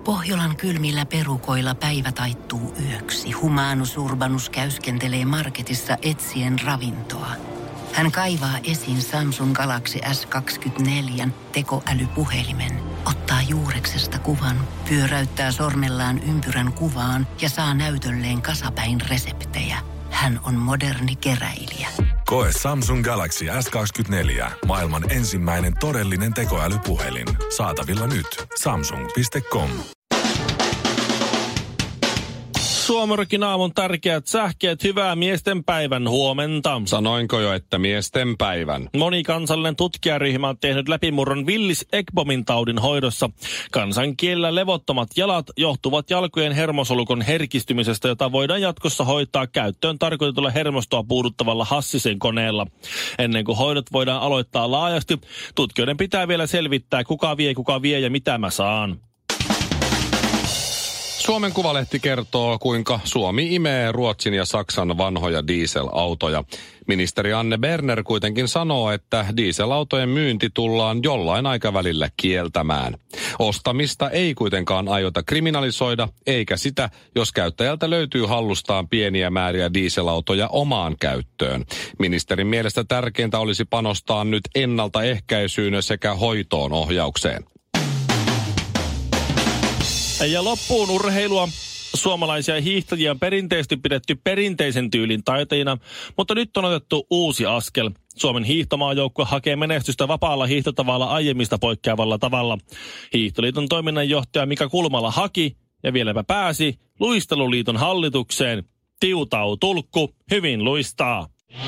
Pohjolan kylmillä perukoilla päivä taittuu yöksi. Humanus Urbanus käyskentelee marketissa etsien ravintoa. Hän kaivaa esiin Samsung Galaxy S24 tekoälypuhelimen, ottaa juureksesta kuvan, pyöräyttää sormellaan ympyrän kuvaan ja saa näytölleen kasapäin reseptejä. Hän on moderni keräilijä. Koe Samsung Galaxy S24. Maailman ensimmäinen todellinen tekoälypuhelin. Saatavilla nyt. Samsung.com. Suomirokin aamun tärkeät sähkeet, hyvää miesten päivän huomenta. Sanoinko jo, että miesten päivän? Monikansallinen tutkijaryhmä on tehnyt läpimurron Willis Ekbomin taudin hoidossa. Kansankielellä levottomat jalat johtuvat jalkojen hermosolukon herkistymisestä, jota voidaan jatkossa hoitaa käyttöön tarkoitetulla hermostoa puuduttavalla Hassisen koneella. Ennen kuin hoidot voidaan aloittaa laajasti, tutkijoiden pitää vielä selvittää, kuka vie ja mitä mä saan. Suomen Kuvalehti kertoo, kuinka Suomi imee Ruotsin ja Saksan vanhoja dieselautoja. Ministeri Anne Berner kuitenkin sanoo, että dieselautojen myynti tullaan jollain aikavälillä kieltämään. Ostamista ei kuitenkaan aiota kriminalisoida, eikä sitä, jos käyttäjältä löytyy hallustaan pieniä määriä dieselautoja omaan käyttöön. Ministerin mielestä tärkeintä olisi panostaa nyt ennaltaehkäisyyn sekä hoitoon ohjaukseen. Ja loppuun urheilua. Suomalaisia hiihtäjiä on perinteisesti pidetty perinteisen tyylin taitajina, mutta nyt on otettu uusi askel. Suomen hiihtomaajoukkue hakee menestystä vapaalla hiihtotavalla aiemmista poikkeavalla tavalla. Hiihtoliiton toiminnanjohtaja Mika Kulmala haki ja vieläpä pääsi Luisteluliiton hallitukseen. Tiutau tulkku, hyvin luistaa.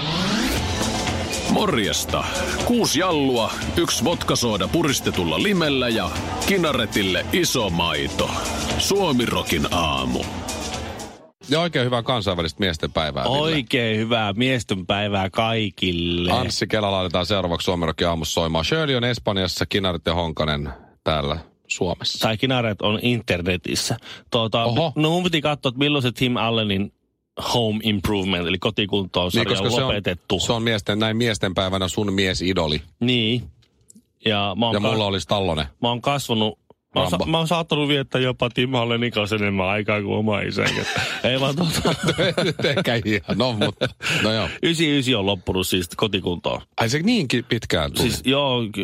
Morjesta. 6 jallua, 1 vodkasooda puristetulla limellä ja Kinaretille iso maito. Suomirokin aamu. Ja oikein hyvää kansainvälistä miesten päivää. Oikein hyvää miesten päivää kaikille. Anssi Kela laitetaan seuraavaksi Suomirokin aamussa soimaan. Shirley on Espanjassa, Kinaret ja Honkanen täällä Suomessa. Tai Kinaret on internetissä. No mun piti katsoa, että milloin se Tim Allenin Home Improvement, eli kotikuntoon-sarja on lopetettu. Se on miesten päivänä sun miesidoli. Niin. Ja mulla olisi Tallonen. Mä oon kasvanut, mä oon saattanut viettää jopa Tim Hallenin kanssa enemmän aikaa kuin oma isäni. Ei vaan Ehkä ihan, mutta no joo. 99 on loppunut siis kotikuntoon. Ai se niinkin pitkään tuli? Siis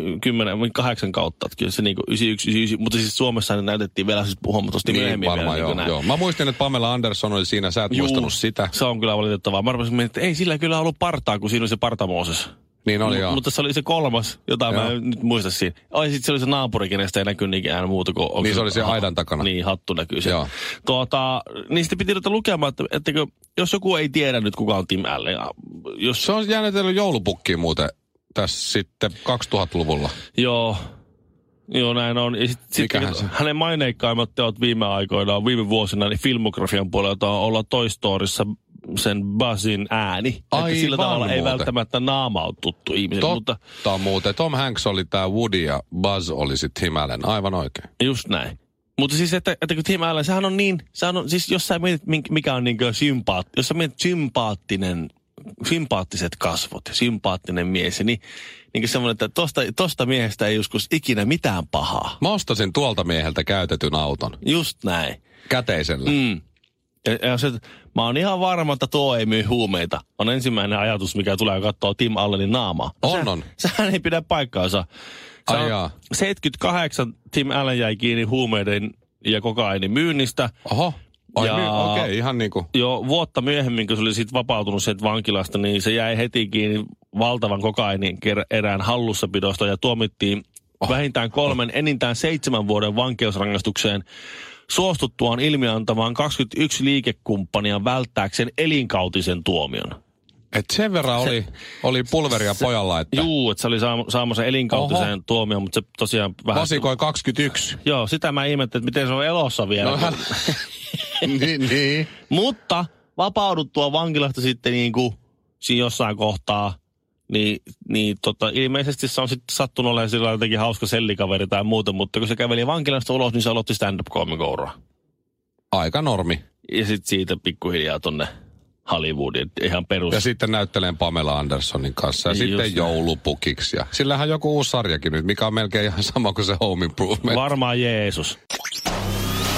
8 kautta. Kyllä se niinku 99, mutta siis Suomessa ne näytettiin vielä siis huomattavasti myöhemmin. Niin varmaan joo. Mä muistin, että Pamela Anderson oli siinä, sä et muistanut sitä. Se on kyllä valitettavaa. Mä arvasin, että ei sillä kyllä ollut partaa, kun siinä oli se partamooses. Niin oli joo. Mutta se oli se 3, jota mä en nyt muista siinä. Ai sit se oli se naapuri, kenestä ei näkynyt ikään muuta kuin... Niin se oli se aidan takana. Niin, hattu näkyy se. Joo. Niin sitten piti ruveta lukemaan, että jos joku ei tiedä nyt kuka on Tim Allen. Se on jäänyt joulupukkiin muuten tässä sitten 2000-luvulla. Joo, näin on. Sitten hänen maineikkaimmat teot viime vuosina, niin filmografian puolelta on olla Toy Storyssa sen Buzzin ääni. Että sillä tavalla ei välttämättä naama ole tuttu ihmiselle. Mutta muuten. Tom Hanks oli tää Woody ja Buzz oli sitten Tim Allen. Aivan oikein. Just näin. Mutta siis, että kun Tim Allen, sehän on siis jos sä mietit, mikä on niin jos sä mietit sympaattiset kasvot, sympaattinen mies, niin semmoinen, että tosta miehestä ei joskus ikinä mitään pahaa. Mä ostasin tuolta mieheltä käytetyn auton. Just näin. Käteisellä. Mä oon ihan varma, että tuo ei myy huumeita. On ensimmäinen ajatus, mikä tulee katsoa Tim Allenin naamaa. Sehän ei pidä paikkaansa. 78 Tim Allen jäi kiinni huumeiden ja kokainin myynnistä. Oho. Okei, ihan niin kuin. Jo vuotta myöhemmin, kun se oli sitten vapautunut sieltä vankilasta, niin se jäi heti kiinni valtavan kokainin erään hallussapidosta ja tuomittiin vähintään 3, enintään 7 vuoden vankeusrangaistukseen suostuttuaan ilmiantamaan 21 liikekumppania välttääkseen elinkautisen tuomion. Et sen verran oli pulveria pojalla, että... Juu, että se oli saamassa elinkautisen tuomion, mutta se tosiaan vähän... Vasikoi 21. Joo, sitä mä ihmettelin, että miten se on elossa vielä. No, niin. Mutta vapauduttua vankilasta sitten niin kuin siinä jossain kohtaa, niin ilmeisesti se on sitten sattunut olemaan sillä jotenkin hauska sellikaveri tai muuta, mutta kun se käveli vankilasta ulos, niin se aloitti stand-up-koomikouraa. Aika normi. Ja sitten siitä pikkuhiljaa tonne Hollywoodin ihan perus. Ja sitten näyttelen Pamela Andersonin kanssa ja niin sitten joulupukiksi. Ja sillähän joku uusi sarjakin nyt, mikä on melkein ihan sama kuin se Home Improvement. Varmaan Jeesus.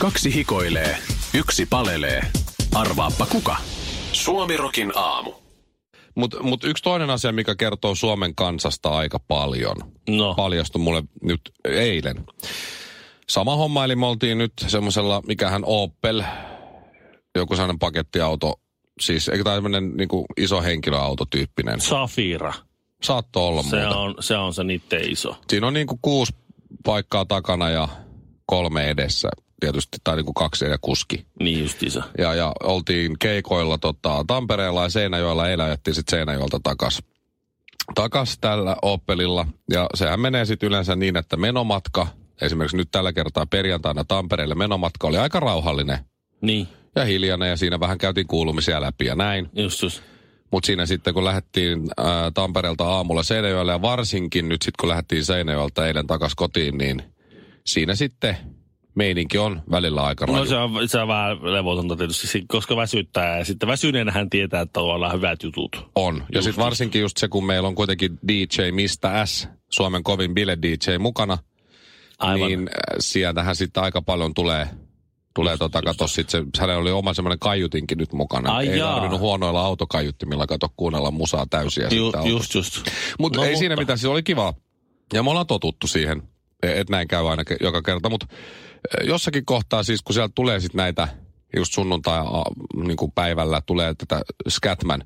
2 hikoilee, 1 palelee. Arvaappa kuka? Suomirokin aamu. Mut yksi toinen asia, mikä kertoo Suomen kansasta aika paljon, paljastui mulle nyt eilen. Sama homma, eli me oltiin nyt semmoisella, mikähän Opel, joku sellainen pakettiauto, siis eikö tämmöinen niin kuin iso henkilöautotyyppinen. Safira. Saattoi olla Se on se niitten iso. Siinä on niin kuin 6 paikkaa takana ja 3 edessä. Tietysti, tai niin kuin 2 ja kuski. Niin justiinsa. Ja oltiin keikoilla Tampereella ja Seinäjoella, eilen ajettiin sitten Seinäjoelta takas tällä Opelilla. Ja sehän menee sitten yleensä niin, että menomatka, esimerkiksi nyt tällä kertaa perjantaina Tampereelle menomatka oli aika rauhallinen. Niin. Ja hiljainen ja siinä vähän käytiin kuulumisia läpi ja näin. Just. Mutta siinä sitten kun lähdettiin Tampereelta aamulla Seinäjoelle ja varsinkin nyt sitten kun lähdettiin Seinäjoelta eilen takas kotiin, niin siinä sitten meininki on välillä aika raju. No se on vähän levotonta tietysti, koska väsyttää ja sitten väsyneenähän tietää, että on hyvät jutut. On. Ja sitten varsinkin just se, kun meillä on kuitenkin DJ Mistä S, Suomen kovin bile-DJ mukana, aivan. Niin sieltähän sitten aika paljon tulee kato sitten hänellä oli oma semmoinen kaiutinkin nyt mukana. Ei tarvinnut huonoilla autokaiuttimilla kuunnella musaa täysiä. Just. Mutta ei siinä mitään, siis oli kivaa. Ja me ollaan totuttu siihen, että näin käy aina joka kerta, mutta jossakin kohtaa siis, kun sieltä tulee sitten näitä, just sunnuntai niin kuin päivällä tulee tätä Scatman.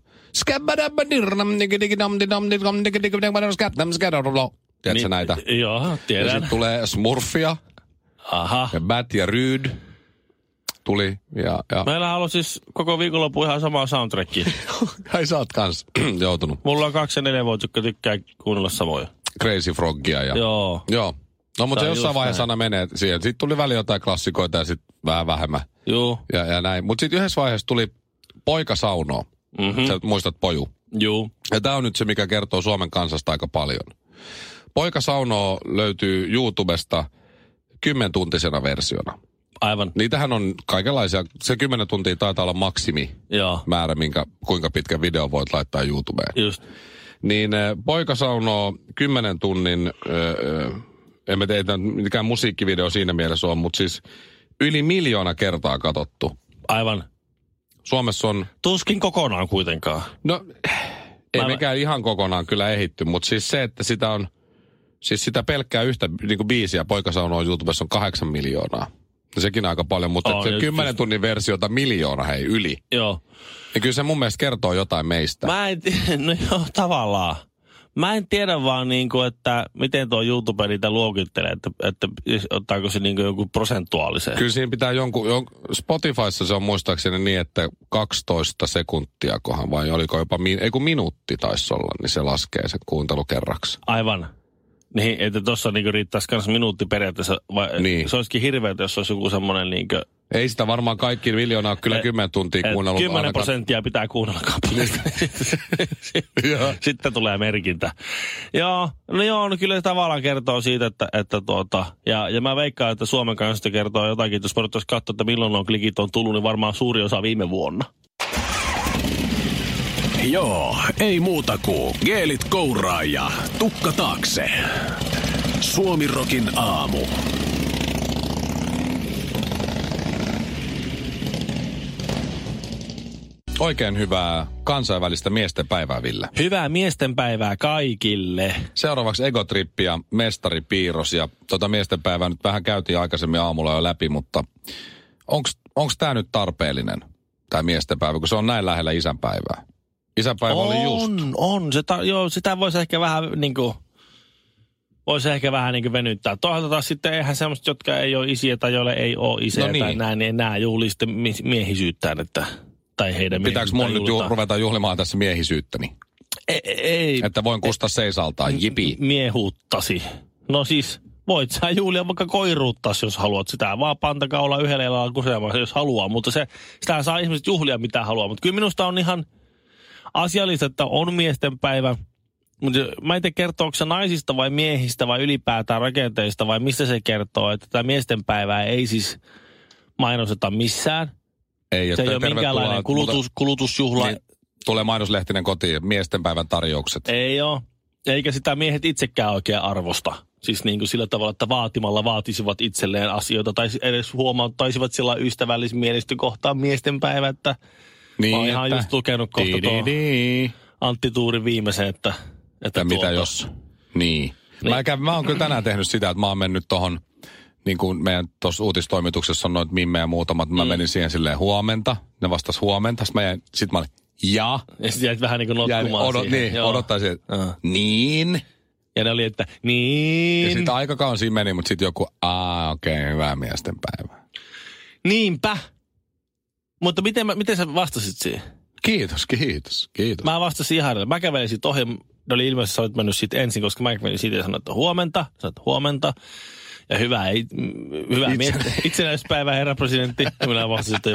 Tiedätkö näitä? Joo, tiedän. Ja sitten tulee Smurfia. Aha. Ja Bat ja Ryd tuli. Ja meillä on siis koko viikonloppu ihan samaa soundtrackia. Ai sä oot kans joutunut. Mulla on 2 ja 4-vuotiaat, jotka tykkää kuunnella samoja. Crazy Frogia ja... Joo. No mutta jossain vaiheessa aina menee siihen. Sitten tuli väliin jotain klassikoita ja sitten vähän vähemmän. Joo. Ja näin. Mutta sitten yhdessä vaiheessa tuli Poikasaunoo. Sä muistat Poju. Joo. Ja tää on nyt se, mikä kertoo Suomen kansasta aika paljon. Poikasaunoo löytyy YouTubesta 10-tuntisena versiona. Aivan. Niitähän on kaikenlaisia. Se 10 tuntia taitaa olla maksimi määrä, kuinka pitkä video voit laittaa YouTubeen. Just. Niin Poikasaunoo 10 tunnin... en mä tiedä, mikään musiikkivideo siinä mielessä on, mutta siis yli 1 miljoona kertaa katsottu. Aivan. Suomessa on... Tuskin kokonaan kuitenkaan. No, ei mekään ihan kokonaan kyllä ehitty, mutta siis se, että sitä on... Siis sitä pelkkää yhtä niin kuin biisiä Poikasaunoo YouTubessa on 8 miljoonaa. Ja sekin aika paljon, mutta 10 tunnin versiota 1 miljoona yli. Joo. Ja kyllä se mun mielestä kertoo jotain meistä. No joo, tavallaan. Mä en tiedä vaan niinku, että miten tuo YouTube niitä luokittelee, että ottaako se niinku jonkun prosentuaalisen. Kyllä siinä pitää Spotifyssa se on muistaakseni niin, että 12 sekuntia kohan vai oliko jopa, minuutti taisi olla, niin se laskee sen kuuntelukerraksi. Aivan. Niin, että tossa niinku riittäisi kans minuutti periaatteessa, vai niin. Se olisikin hirveätä, jos olisi joku semmoinen niinku... Ei sitä varmaan kaikki miljoonaa kyllä 10 tuntia kuunnellut. 10% pitää kuunnella kappaleesta. Sitten tulee merkintä. Joo, no kyllä se tavallaan kertoo siitä, että ja mä veikkaan, että Suomen kanssa kertoo jotakin. Jos voitaisiin katsoa, että milloin on klikit on tullut, niin varmaan suuri osa viime vuonna. Joo, ei muuta kuin geelit kouraa ja tukka taakse. Suomirokin aamu. Oikein hyvää kansainvälistä miestenpäivää, Ville. Hyvää miestenpäivää kaikille. Seuraavaksi Egotrippi ja Mestari Piirros. Ja miestenpäivää nyt vähän käytiin aikaisemmin aamulla jo läpi, mutta onko tämä nyt tarpeellinen, tämä miestenpäivä, kun se on näin lähellä isänpäivää? Isänpäivä oli just. On. Sitä voisi ehkä vähän niinku... venyttää. Toisaalta taas sitten eihän semmoista, jotka ei ole isiä tai joille ei ole isiä tai näin, niin enää juhlii sitten miehisyyttään, että... Tai heidän pitääkö mun nyt ruveta juhlimaan tässä miehisyyttäni? Ei. Että voin kustaa seisaltaan, jipi. Miehuuttasi. No siis, voit sä juhlia vaikka koiruuttas, jos haluat sitä. Vaan pantakaa olla yhdellä jalalla kuseamassa, jos haluaa. Mutta sitä saa ihmiset juhlia, mitä haluaa. Mutta kyllä minusta on ihan asiallista, että on miestenpäivä. Mutta mä en tiedä, kertooko se naisista vai miehistä vai ylipäätään rakenteista vai mistä se kertoo, että tämä miestenpäivää ei siis mainosteta missään. Se ei ole minkäänlainen kulutusjuhla. Niin, tulee mainoslehtinen kotiin, miestenpäivän tarjoukset. Ei ole. Eikä sitä miehet itsekään oikein arvosta. Siis niin kuin sillä tavalla, että vaatimalla vaatisivat itselleen asioita tai edes huomauttaisivat sillä ystävällismielisesti kohtaan miesten päivä, että niin, mä oon ihan just lukenut kohta tuon Antti Tuurin viimeisen, että mitä jos? Niin. Mä oon kyllä tänään tehnyt sitä, että mä oon mennyt tohon, niin kuin meidän tuossa uutistoimituksessa on noita mimmejä muutamat, mä menin siihen silleen huomenta, ne vastas huomenta, sit mä olin ja sitten jäit vähän niin kuin notkumaan siihen. Niin, odottaisin, että niin. Ja ne oli, että niin. Ja sitten aika kauan siinä meni, mutta sitten joku, okei, hyvää miesten päivää. Niinpä. Mutta miten sä vastasit siihen? Kiitos. Mä vastasin ihan, mä kävelin siitä ohi, ne oli ilmeisesti, sä olit mennyt siitä ensin, koska mä kävelin siitä ja sanoin, että huomenta. Ja hyvää itsenäispäivää, herra presidentti. Minä vastasin, että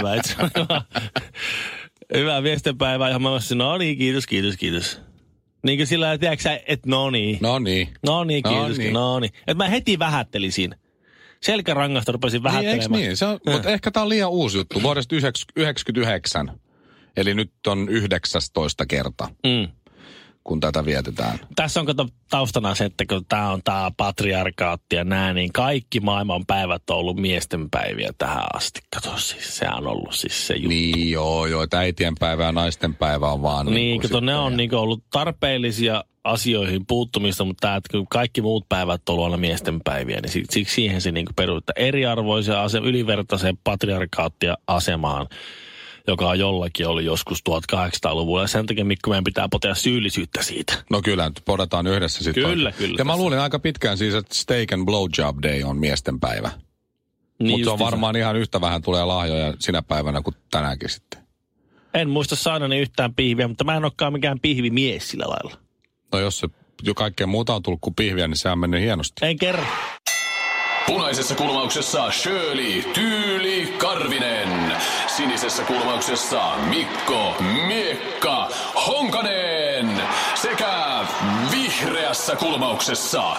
hyvää miestenpäivää. Ja mä vastasin, no niin, kiitos. Niin kuin sillä, tiedätkö sä, että no niin, kiitos. Että mä heti vähättelisin. Selkärangasta rupesin vähättelemään. Niin, eikö niin? Mutta ehkä tää on liian uusi juttu. Vuodesta 1999. Eli nyt on 19 kerta. Kun tätä vietetään. Tässä on taustana se, että kun tämä on tämä patriarkaatti ja nämä, niin kaikki maailman päivät on ollut miesten päiviä tähän asti. Kato, siis se on ollut siis se juttu. Niin joo, että äitien päivä ja naisten päivä on vaan niin kato, ne on niin ollut tarpeellisia asioihin puuttumista, mutta tämä, että kaikki muut päivät on ollut aina miesten päiviä, niin siksi siihen se niin perustaa eriarvoisen ylivertaiseen patriarkaattia asemaan, joka on jollakin ollut joskus 1800-luvulla. Ja sen takia, Mikko, meidän pitää potea syyllisyyttä siitä. No kyllä, nyt podetaan yhdessä sitten. Kyllä. Ja mä luulin aika pitkään siis, että Steak and Blowjob Day on miesten päivä. Niin mutta se on varmaan ihan yhtä vähän tulee lahjoja sinä päivänä kuin tänäänkin sitten. En muista saanani yhtään pihviä, mutta mä en olekaan mikään pihvimies sillä lailla. No jos se jo kaikkea muuta on tullut kuin pihviä, niin se on mennyt hienosti. En kerro. Punaisessa kulmauksessa Shirley Tyyli Karvinen. Sinisessä kulmauksessa Mikko Miekka Honkanen. Sekä vihreässä kulmauksessa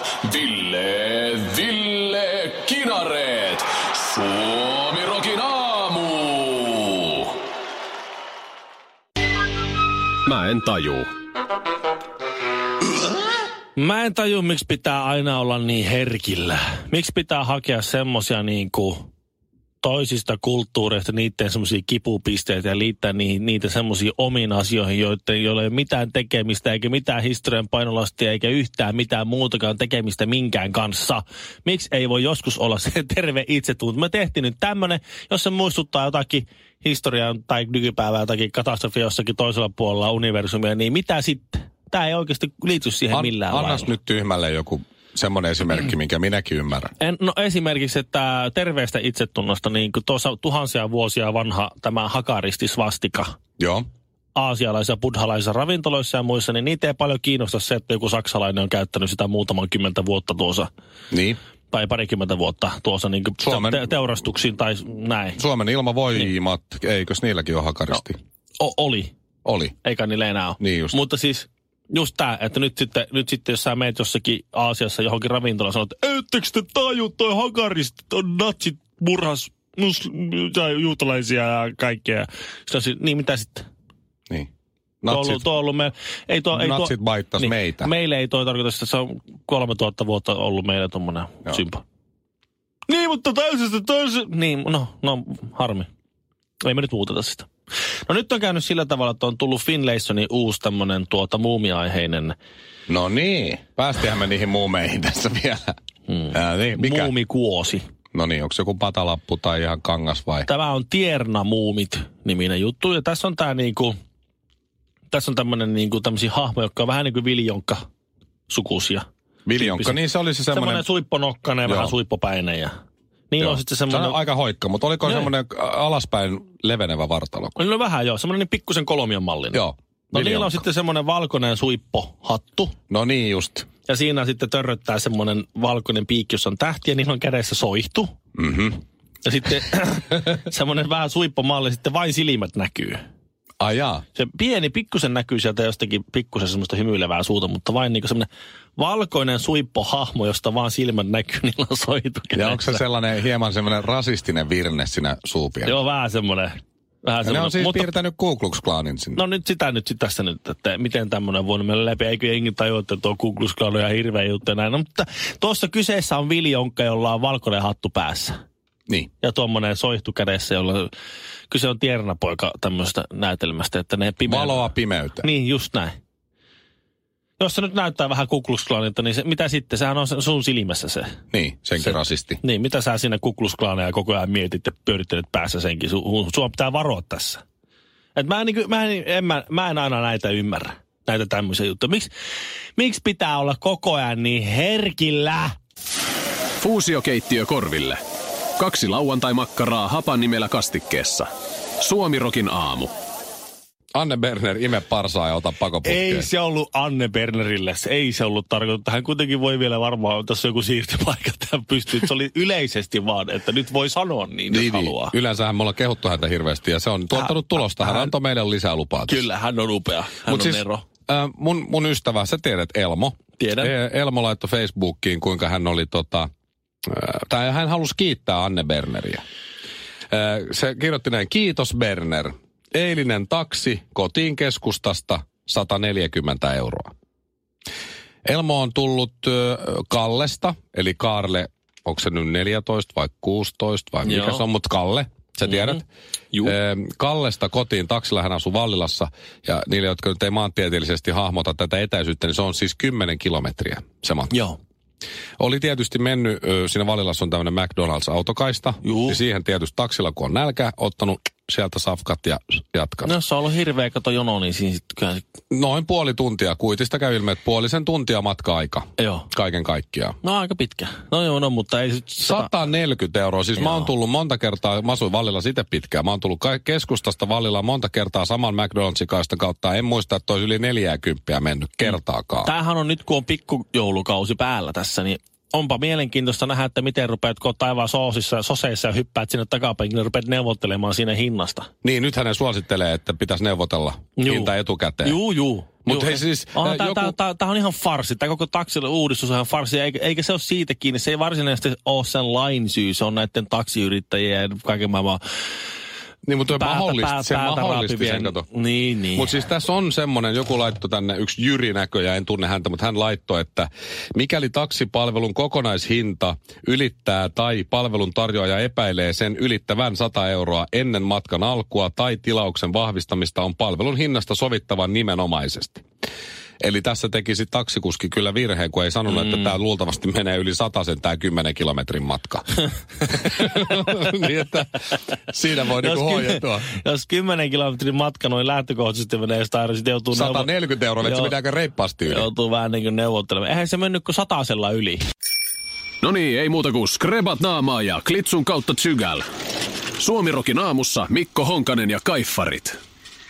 Ville Kinaret. Suomi Rokin aamu. Mä en tajuu. Mä en tajua, miksi pitää aina olla niin herkillä. Miksi pitää hakea semmosia niinku toisista kulttuureista niiden semmosia kipupisteitä ja liittää niitä semmosia omiin asioihin, joilla ei ole mitään tekemistä eikä mitään historian painolastia eikä yhtään mitään muutakaan tekemistä minkään kanssa. Miksi ei voi joskus olla se terve itsetunto? Me tehtiin nyt tämmönen, jos se muistuttaa jotakin historian tai nykypäivää jotakin katastrofia jossakin toisella puolella universumia, niin mitä sitten? Tämä ei oikeasti liity siihen millään lailla. Annas nyt tyhmälle joku semmoinen esimerkki, minkä minäkin ymmärrän. No esimerkiksi, että terveestä itsetunnosta, niin kuin tuossa tuhansia vuosia vanha tämä hakaristisvastika. Joo. Aasialaisissa, buddhalaisissa ravintoloissa ja muissa, niin niitä ei paljon kiinnosta se, että joku saksalainen on käyttänyt sitä muutaman kymmentä vuotta tuossa. Niin. Tai parikymmentä vuotta tuossa niin teurastuksiin tai näin. Suomen ilmavoimat, niin. Eikös niilläkin ole hakaristi? No, oli. Eikä niillä enää ole. Niin just. Mutta siis just tämä, että nyt sitten jos sä meet jossakin Aasiassa johonkin ravintolaan, sanot, että ettekö te taju, toi hakaristi, on natsit murhas juutalaisia ja kaikkea. Niin mitä sitten? Niin. Natsit baittas niin, meitä. Meille ei toi tarkoita, että se on 3000 vuotta ollut meillä tommonen sympa. Niin, mutta täysin. Niin, no harmi. Ei me nyt muuteta sitä. No nyt on käynyt sillä tavalla, että on tullut Finlaysonin uusi tämmönen muumiaiheinen. No niin, päästiinhän me niihin muumeihin tässä vielä. Niin, mikä? Muumikuosi. No niin, onko se joku patalappu tai ihan kangas vai? Tämä on Tierna-muumit-niminen juttu ja tässä on tää niinku, tässä on tämmönen niinku tämmösiä hahmoja, jotka on vähän niinku Viljonkka-sukuisia. Viljonkka, niin se oli se semmoinen suipponokkainen ja vähän suippopäinen ja niin on sitten semmoinen. Se on aika hoikka, mutta oliko semmoinen alaspäin levenevä vartalo? No vähän joo, semmoinen niin pikkusen kolmion mallinen. Joo. No niillä on sitten semmoinen valkoinen suippohattu. No niin just. Ja siinä sitten törröttää semmoinen valkoinen piikki, jossa on tähti ja niillä on kädessä soihtu. Mhm. Ja sitten semmoinen vähän suippomalli, sitten vain silmät näkyy. Ajaa. Se pieni pikkusen näkyy sieltä jostakin pikkusen semmoista hymyilevää suuta, mutta vain niin kuin semmoinen valkoinen suippohahmo, josta vaan silmät näkyy, niillä on soitu kädessä. Ja onko se sellainen hieman semmoinen rasistinen virne siinä suupielessä? Joo, vähän semmoinen Ne on siis piirtänyt Ku Klux Klanin sinne. No nyt tässä nyt, että miten tämmöinen voi mennä läpi. Eikö jengi tajua, että tuo Ku Klux Klan on ihan hirveä juttu ja näin. No, mutta tuossa kyseessä on Vili Jonkka, jolla on valkoinen hattu päässä. Niin. Ja tuommoinen soihtu kädessä, jolla kyse on Tiernapoika tämmöistä näytelmästä, että ne valoa pimeyteen. Niin, just näin. Jos se nyt näyttää vähän Ku Klux Klanilta, niin mitä sitten? Sehän on sun silmässä se. Niin, senkin rasisti. Niin, mitä sä siinä Ku Klux Klaneja koko ajan mietit ja pyörittelet päässä senkin? Sua pitää varoa tässä. Et mä en aina näitä ymmärrä, näitä tämmöisiä juttuja. Miksi pitää olla koko ajan niin herkillä? Fuusiokeittiö korville. 2 lauantai-makkaraa hapan nimellä kastikkeessa. Suomirokin aamu. Anne Berner, ime parsaa ja ota pakoputkeen. Ei se ollut Anne Bernerille. Ei se ollut tarkoitettu. Hän kuitenkin voi vielä varmaan, tässä on joku siirtypaikka tähän pystyy. Se oli yleisesti vaan, että nyt voi sanoa niin, jos haluaa. Yleensähän me ollaan kehuttu häntä hirveästi ja se on tuottanut tulosta. Hän antoi meille lisää lupaa. Kyllä, hän on upea. Hän on Nero. Mun ystävä, sä tiedät Elmo. Tiedän. Elmo laittoi Facebookiin, kuinka hän oli tai hän halusi kiittää Anne Berneriä. Se kirjoitti näin, kiitos Berner. Eilinen taksi kotiin keskustasta 140 €. Elmo on tullut Kallesta, eli Kaarle, onko se nyt 14 vai 16 vai mikä se on, mutta Kalle, sä tiedät. Kallesta kotiin, taksilla hän asuu Vallilassa, ja niille, jotka nyt ei maantieteellisesti hahmota tätä etäisyyttä, niin se on siis 10 kilometriä se matka. Joo. Oli tietysti mennyt, siinä Vallilassa on tämmöinen McDonald's-autokaista, ja siihen tietysti taksilla, kun on nälkä, ottanut sieltä safkat ja jatkanut. No, jos on ollut hirveä jono, niin siinä sitten noin puoli tuntia. Kuitista käy ilme, että puolisen tuntia matka-aika. Joo. Kaiken kaikkiaan. No aika pitkä. No joo, no mutta ei... 140 €. Siis mä oon tullut monta kertaa, mä asuin Vallilassa itse pitkään. Mä oon tullut keskustasta Vallilaan monta kertaa saman McDonald's-kaista kautta. En muista, että olisi yli 40 mennyt kertaakaan. Tämähän on nyt, kun on pikkujoulukausi päällä tässä, niin onpa mielenkiintoista nähdä, että miten rupeat, kun oot taivaan soseissa ja hyppäät sinne takapenkille, rupeat neuvottelemaan siinä hinnasta. Niin, nyt hänen suosittelee, että pitäisi neuvotella hinta etukäteen. Juu. Mutta hei siis... Tämä on ihan farsi. Tämä koko taksille uudistus on ihan farsi. Eikä se ole siitä kiinni. Se ei varsinaisesti ole sen lain syy. Se on näiden taksiyrittäjien ja kaiken maailman... Niin, mutta se mahdollisti sen, kato. Niin. Mutta siis tässä on semmoinen, joku laittoi tänne, yksi Jyri näköjään, en tunne häntä, mutta hän laittoi, että mikäli taksipalvelun kokonaishinta ylittää tai palvelun tarjoaja epäilee sen ylittävän 100 € ennen matkan alkua tai tilauksen vahvistamista, on palvelun hinnasta sovittava nimenomaisesti. Eli tässä tekisi taksikuski kyllä virheen, kun ei sanonut, että tämä luultavasti menee yli 100 tämä 10 kilometrin matka. Niin, että siinä voi niinku hoidetua. Jos 10 kilometrin matka noin lähtökohtaisesti menee, sitten joutuu... 140 €, että se menee aika reippaasti yli. Joutuu vähän niin kuin neuvottelemaan. Eihän se mennyt kuin 100 yli. No niin, ei muuta kuin skrebat naamaa ja klitsun kautta tsygäl. Suomirokin aamussa Mikko Honkanen ja Kaiffarit.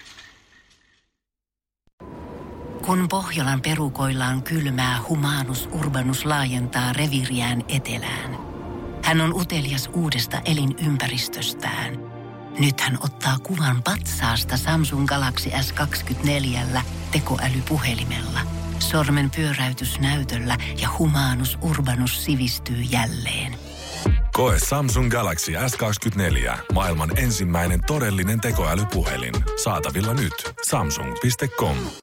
Kun Pohjolan perukoillaan kylmää, Humanus Urbanus laajentaa reviiriään etelään. Hän on utelias uudesta elinympäristöstään. Nyt hän ottaa kuvan patsaasta Samsung Galaxy S24 tekoälypuhelimella. Sormen pyöräytys näytöllä ja Humanus Urbanus sivistyy jälleen. Koe Samsung Galaxy S24. Maailman ensimmäinen todellinen tekoälypuhelin. Saatavilla nyt. Samsung.com.